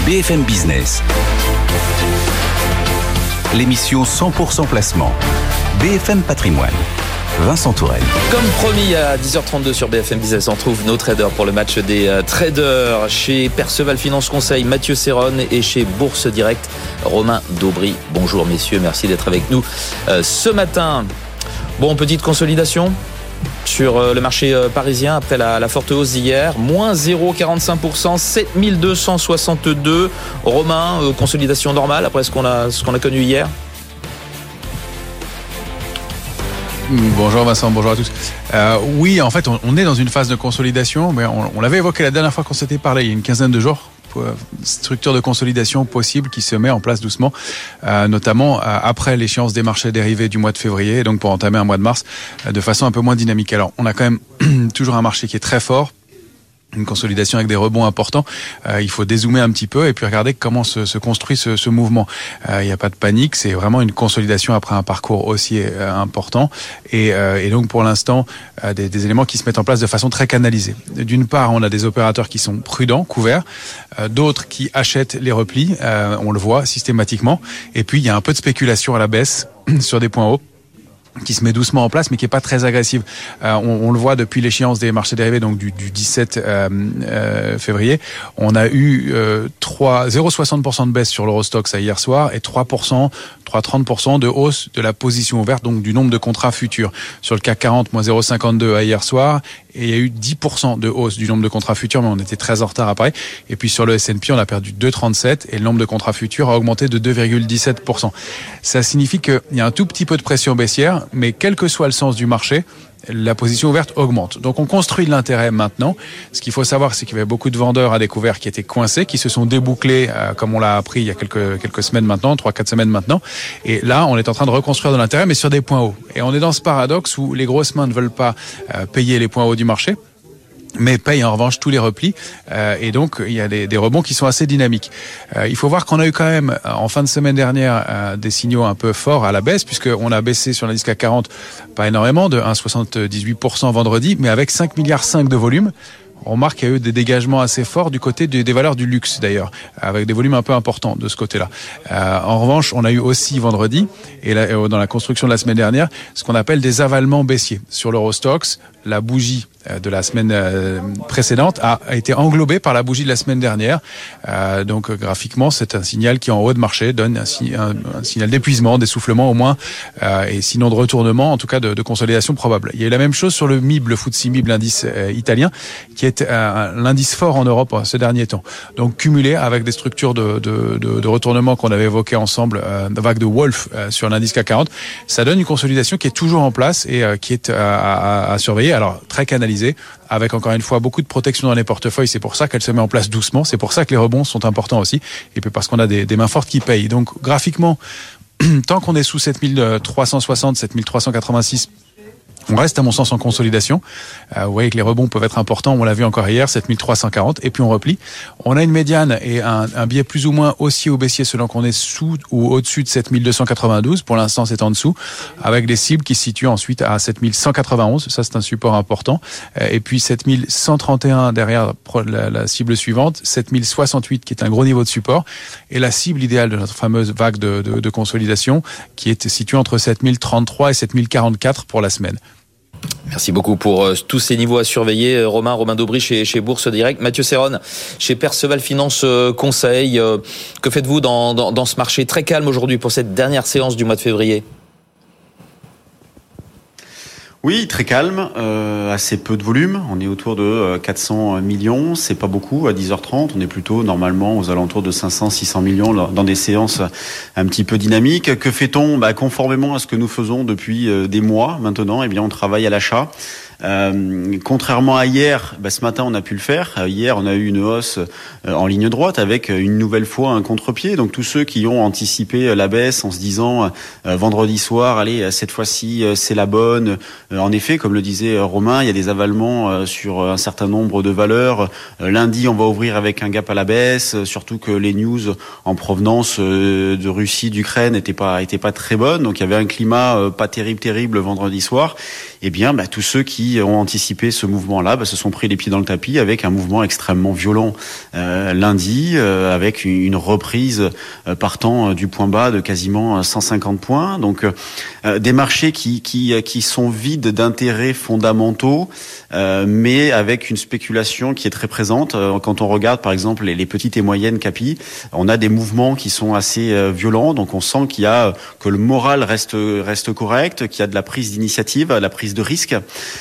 BFM Business. L'émission 100% placement. BFM Patrimoine. Vincent Tourelle. Comme promis à 10h32 sur BFM Business, on trouve nos traders pour le match des traders chez Perceval Finance Conseil, Mathieu Serron, et chez Bourse Direct, Romain Daubry. Bonjour messieurs, merci d'être avec nous ce matin. Bon, petite consolidation sur le marché parisien après la forte hausse d'hier, moins 0,45%, 7262. Romain, consolidation normale après ce qu'on a connu hier? Bonjour Vincent, bonjour à tous. Oui, en fait, on est dans une phase de consolidation, mais on l'avait évoqué la dernière fois qu'on s'était parlé, il y a une quinzaine de jours. Structure de consolidation possible qui se met en place doucement, notamment après l'échéance des marchés dérivés du mois de février, et donc pour entamer un mois de mars de façon un peu moins dynamique. Alors, on a quand même toujours un marché qui est très fort, une consolidation avec des rebonds importants. Il faut dézoomer un petit peu et puis regarder comment se construit ce mouvement. Il n'y a pas de panique, c'est vraiment une consolidation après un parcours aussi important et donc pour l'instant des éléments qui se mettent en place de façon très canalisée. D'une part, on a des opérateurs qui sont prudents, couverts, d'autres qui achètent les replis, on le voit systématiquement, et puis il y a un peu de spéculation à la baisse sur des points hauts qui se met doucement en place, mais qui est pas très agressive. On le voit depuis l'échéance des marchés dérivés, donc du 17 février. On a eu 0,60% de baisse sur l'Eurostoxx hier soir et 3,30% de hausse de la position ouverte, donc du nombre de contrats futurs. Sur le CAC 40, moins 0,52 hier soir, et il y a eu 10% de hausse du nombre de contrats futurs, mais on était très en retard à Paris. Et puis sur le S&P, on a perdu 2,37 et le nombre de contrats futurs a augmenté de 2,17%. Ça signifie qu'il y a un tout petit peu de pression baissière, mais quel que soit le sens du marché, la position ouverte augmente. Donc on construit de l'intérêt maintenant. Ce qu'il faut savoir, c'est qu'il y avait beaucoup de vendeurs à découvert qui étaient coincés, qui se sont débouclés, comme on l'a appris il y a quelques semaines maintenant, 3-4 semaines maintenant. Et là, on est en train de reconstruire de l'intérêt, mais sur des points hauts. Et on est dans ce paradoxe où les grosses mains ne veulent pas payer les points hauts du marché, mais paye en revanche tous les replis, et donc il y a des rebonds qui sont assez dynamiques. Il faut voir qu'on a eu quand même en fin de semaine dernière des signaux un peu forts à la baisse, puisqu'on a baissé sur l'indice CAC 40 pas énormément, de 1,78% vendredi, mais avec 5,5 milliards de volume. On remarque qu'il y a eu des dégagements assez forts du côté des valeurs du luxe d'ailleurs, avec des volumes un peu importants de ce côté-là. En revanche, on a eu aussi vendredi, et là, dans la construction de la semaine dernière, ce qu'on appelle des avalements baissiers. Sur l'Eurostoxx, la bougie de la semaine précédente a été englobée par la bougie de la semaine dernière. Donc graphiquement, c'est un signal qui en haut de marché donne un signal d'épuisement, d'essoufflement au moins, et sinon de retournement, en tout cas de consolidation probable. Il y a eu la même chose sur le MIB, le FTSE MIB, l'indice italien, qui est l'indice fort en Europe ces derniers temps. Donc cumulé avec des structures de retournement qu'on avait évoquées ensemble, vague de Wolf sur l'indice CAC 40, ça donne une consolidation qui est toujours en place et qui est à surveiller. Alors très canalisée, avec encore une fois beaucoup de protection dans les portefeuilles. C'est pour ça qu'elle se met en place doucement. C'est pour ça que les rebonds sont importants aussi. Et puis parce qu'on a des mains fortes qui payent. Donc graphiquement, tant qu'on est sous 7360, 7386, on reste à mon sens en consolidation. Vous voyez que les rebonds peuvent être importants. On l'a vu encore hier, 7340, et puis on replie. On a une médiane et un biais plus ou moins haussier ou baissier selon qu'on est sous ou au-dessus de 7292. Pour l'instant, c'est en dessous, avec des cibles qui se situent ensuite à 7191. Ça, c'est un support important. Et puis 7131 derrière la cible suivante, 7068 qui est un gros niveau de support. Et la cible idéale de notre fameuse vague de consolidation qui est située entre 7033 et 7044 pour la semaine. Merci beaucoup pour tous ces niveaux à surveiller. Romain Daubry chez Bourse Direct. Mathieu Serron chez Perceval Finance Conseil. Que faites-vous dans ce marché très calme aujourd'hui pour cette dernière séance du mois de février ? Oui, très calme, assez peu de volume. On est autour de 400 millions, c'est pas beaucoup à 10h30. On est plutôt normalement aux alentours de 500-600 millions dans des séances un petit peu dynamiques. Que fait-on ? Conformément à ce que nous faisons depuis des mois maintenant, eh bien on travaille à l'achat. Contrairement à hier, ce matin on a pu le faire. Hier on a eu une hausse en ligne droite avec une nouvelle fois un contre-pied. Donc tous ceux qui ont anticipé la baisse en se disant vendredi soir, allez cette fois-ci c'est la bonne. En effet, comme le disait Romain, il y a des avalements sur un certain nombre de valeurs. Lundi on va ouvrir avec un gap à la baisse, surtout que les news en provenance de Russie, d'Ukraine étaient pas très bonnes. Donc il y avait un climat pas terrible vendredi soir. eh bien, tous ceux qui ont anticipé ce mouvement-là, se sont pris les pieds dans le tapis avec un mouvement extrêmement violent lundi, avec une reprise partant du point bas de quasiment 150 points. Donc, des marchés qui sont vides d'intérêts fondamentaux, mais avec une spéculation qui est très présente. Quand on regarde, par exemple, les petites et moyennes capis, on a des mouvements qui sont assez violents. Donc, on sent que le moral reste correct, qu'il y a de la prise d'initiative, la prise de risque.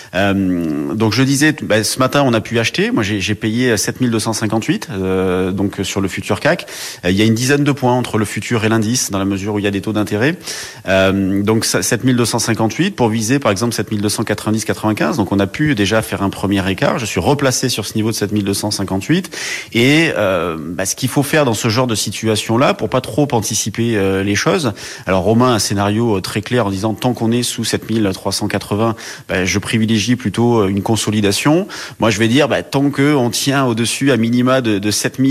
Donc, je disais, ce matin, on a pu acheter. Moi, j'ai payé 7258, donc sur le futur CAC. Il y a une dizaine de points entre le futur et l'indice, dans la mesure où il y a des taux d'intérêt. Donc, 7258 pour viser, par exemple, 7290-95. Donc, on a pu déjà faire un premier écart. Je suis replacé sur ce niveau de 7258. Et ce qu'il faut faire dans ce genre de situation-là, pour pas trop anticiper les choses. Alors, Romain a un scénario très clair en disant, tant qu'on est sous 7380, je privilégie plutôt une consolidation. Moi, je vais dire, tant qu'on tient au-dessus à minima de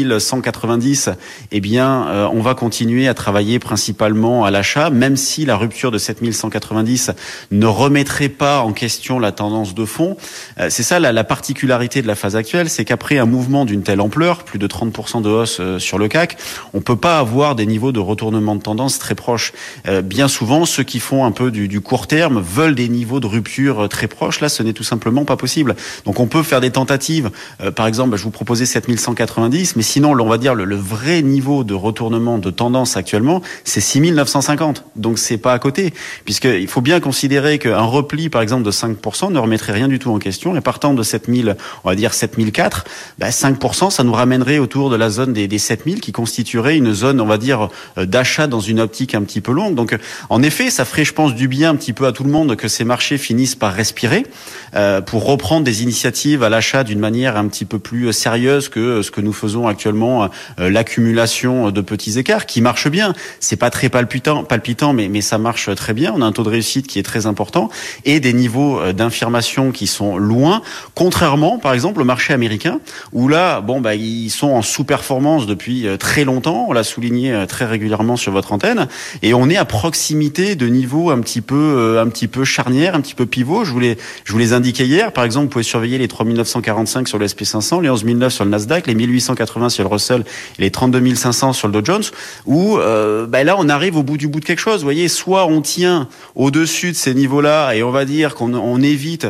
7190, eh bien, on va continuer à travailler principalement à l'achat, même si la rupture de 7190 ne remettrait pas en question la tendance de fond. C'est ça la particularité de la phase actuelle, c'est qu'après un mouvement d'une telle ampleur, plus de 30% de hausse sur le CAC, on peut pas avoir des niveaux de retournement de tendance très proches. Bien souvent, ceux qui font un peu du court terme veulent des niveaux de rupture très proches. Là, ce n'est tout simplement pas possible. Donc, on peut faire des tentatives. Par exemple, je vous proposais 7190, mais sinon, on va dire le vrai niveau de retournement de tendance actuellement, c'est 6950. Donc, c'est pas à côté, puisqu'il faut bien considérer qu'un repli, par exemple, de 5% ne remettrait rien du tout en question. Et partant de 7000, on va dire 7004, 5%, ça nous ramènerait autour de la zone des 7000, qui constituerait une zone, on va dire, d'achat dans une optique un petit peu longue. Donc, en effet, ça ferait, je pense, du bien un petit peu à tout le monde que ces marchés finissent par respirer, pour reprendre des initiatives à l'achat d'une manière un petit peu plus sérieuse que ce que nous faisons actuellement, l'accumulation de petits écarts, qui marche bien. C'est pas très palpitant, mais ça marche très bien. On a un taux de réussite qui est très important et des niveaux d'infirmation qui sont loin, contrairement, par exemple, au marché américain, où là, ils sont en sous-performance depuis très longtemps. On l'a souligné très régulièrement sur votre antenne, et on est à proximité de niveaux un petit peu charnières, un petit peu pivot. Je vous les indiquais hier. Par exemple, vous pouvez surveiller les 3945 sur le SP500, les 11009 sur le Nasdaq, les 1880 sur le Russell et les 32500 sur le Dow Jones, où là, on arrive au bout du bout de quelque chose. Vous voyez, soit on tient au-dessus de ces niveaux-là et on va dire qu'on évite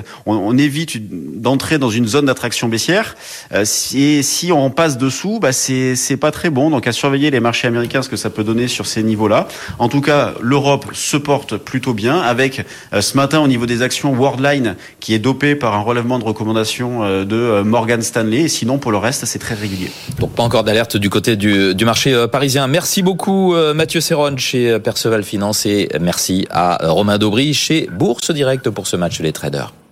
d'entrer dans une zone d'attraction baissière. Si on passe dessous, c'est pas très bon. Donc, à surveiller les marchés américains, ce que ça peut donner sur ces niveaux-là. En tout cas, l'Europe se porte plutôt bien, avec ce matin au niveau des actions Worldline qui est dopé par un relèvement de recommandation de Morgan Stanley. Et sinon, pour le reste, c'est très régulier. Donc, pas encore d'alerte du côté du marché parisien. Merci beaucoup Mathieu Serron chez Perceval Finance, et merci à Romain Daubry chez Bourse Direct pour ce match des traders.